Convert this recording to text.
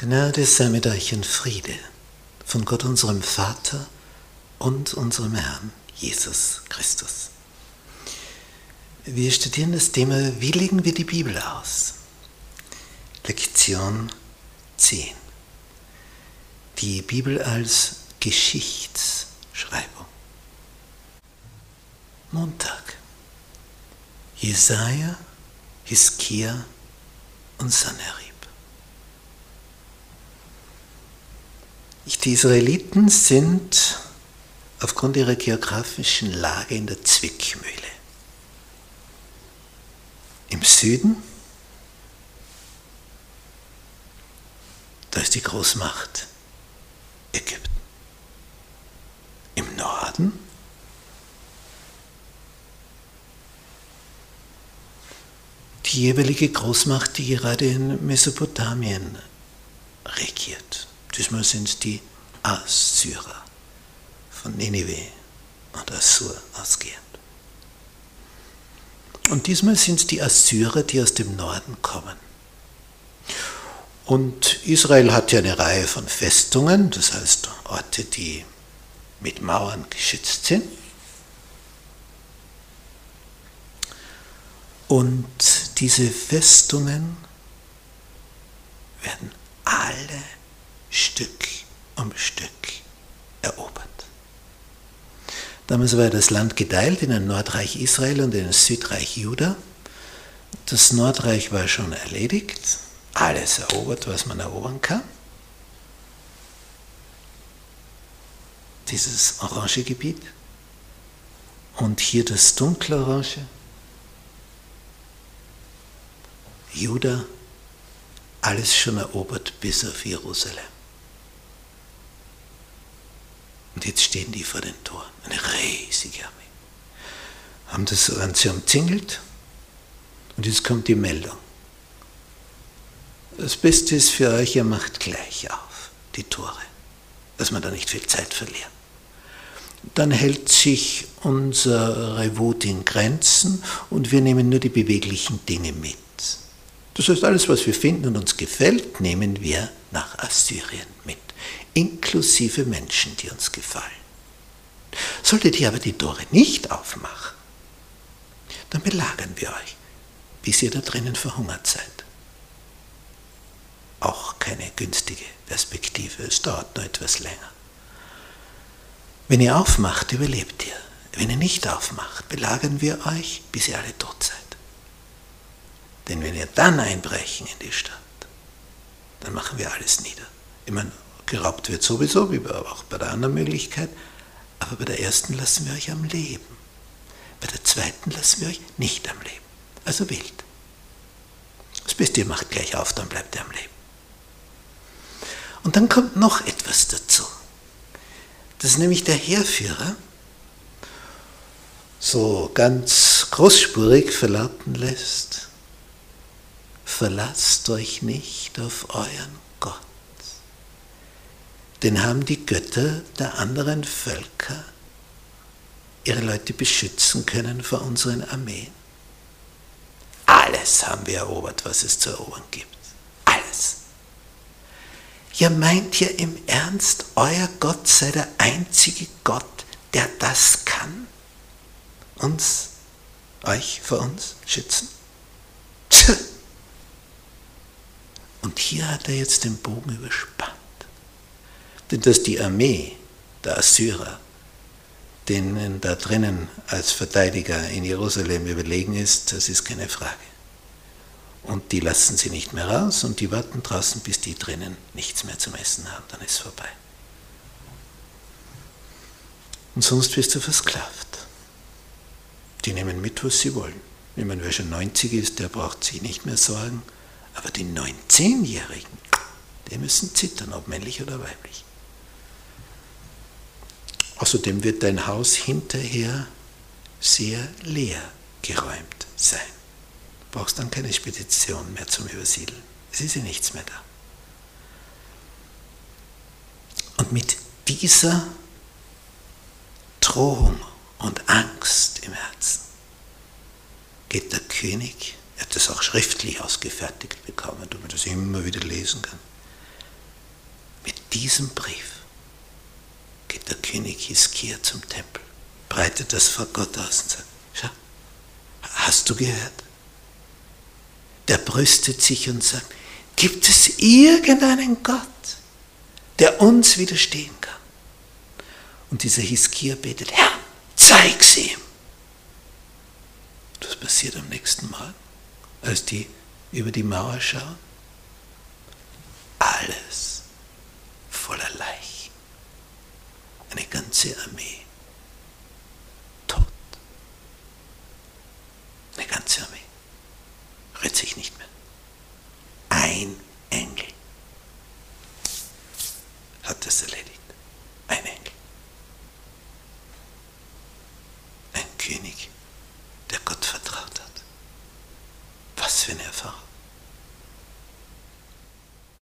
Gnade sei mit euch und Friede von Gott unserem Vater und unserem Herrn Jesus Christus. Wir studieren das Thema, wie legen wir die Bibel aus? Lektion 10. Die Bibel als Geschichtsschreibung. Montag. Jesaja, Hiskia und Sanherib. Die Israeliten sind aufgrund ihrer geografischen Lage in der Zwickmühle. Im Süden, da ist die Großmacht Ägypten. Im Norden die jeweilige Großmacht, die gerade in Mesopotamien regiert. Diesmal sind es die Assyrer, von Ninive und Assur ausgehend. Und diesmal sind es die Assyrer, die aus dem Norden kommen. Und Israel hat ja eine Reihe von Festungen, das heißt Orte, die mit Mauern geschützt sind. Und diese Festungen werden alle Stück um Stück erobert. Damals war das Land geteilt in ein Nordreich Israel und in ein Südreich Juda. Das Nordreich war schon erledigt, alles erobert, was man erobern kann. Dieses orange Gebiet und hier das dunkle Orange. Juda, alles schon erobert bis auf Jerusalem. Und jetzt stehen die vor den Toren, eine riesige Armee. Haben das Ganze umzingelt und jetzt kommt die Meldung. Das Beste ist für euch, ihr macht gleich auf die Tore, dass wir da nicht viel Zeit verlieren. Dann hält sich unsere Wut in Grenzen und wir nehmen nur die beweglichen Dinge mit. Das heißt, alles, was wir finden und uns gefällt, nehmen wir nach Assyrien mit, inklusive Menschen, die uns gefallen. Solltet ihr aber die Tore nicht aufmachen, dann belagern wir euch, bis ihr da drinnen verhungert seid. Auch keine günstige Perspektive, es dauert nur etwas länger. Wenn ihr aufmacht, überlebt ihr. Wenn ihr nicht aufmacht, belagern wir euch, bis ihr alle tot seid. Denn wenn wir dann einbrechen in die Stadt, dann machen wir alles nieder. Ich meine, geraubt wird sowieso, wie auch bei der anderen Möglichkeit, aber bei der ersten lassen wir euch am Leben. Bei der zweiten lassen wir euch nicht am Leben. Also wählt. Das Beste, ihr macht gleich auf, dann bleibt ihr am Leben. Und dann kommt noch etwas dazu. Das ist nämlich der Heerführer so ganz großspurig verlauten lässt: Verlasst euch nicht auf euren Gott, denn haben die Götter der anderen Völker ihre Leute beschützen können vor unseren Armeen? Alles haben wir erobert, was es zu erobern gibt. Alles. Ja, meint ihr im Ernst, euer Gott sei der einzige Gott, der das kann? Euch vor uns schützen? Tja. Und hier hat er jetzt den Bogen überspannt. Denn dass die Armee der Assyrer, denen da drinnen als Verteidiger in Jerusalem überlegen ist, das ist keine Frage. Und die lassen sie nicht mehr raus und die warten draußen, bis die drinnen nichts mehr zum Essen haben, dann ist es vorbei. Und sonst wirst du versklavt. Die nehmen mit, was sie wollen. Ich meine, wer schon 90 ist, der braucht sich nicht mehr sorgen. Aber die 19-Jährigen, die müssen zittern, ob männlich oder weiblich. Außerdem wird dein Haus hinterher sehr leer geräumt sein. Du brauchst dann keine Spedition mehr zum Übersiedeln. Es ist ja nichts mehr da. Und mit dieser Drohung und Angst im Herzen geht der König, er hat das auch schriftlich ausgefertigt bekommen, damit man das immer wieder lesen kann, diesem Brief geht der König Hiskia zum Tempel, breitet das vor Gott aus und sagt, schau, hast du gehört? Der brüstet sich und sagt, gibt es irgendeinen Gott, der uns widerstehen kann? Und dieser Hiskia betet, Herr, zeig's ihm. Das passiert am nächsten Morgen, als die über die Mauer schauen. Alles voller Leichen. Eine ganze Armee tot. Eine ganze Armee rührt sich nicht mehr. Ein Engel hat das erledigt. Ein Engel. Ein König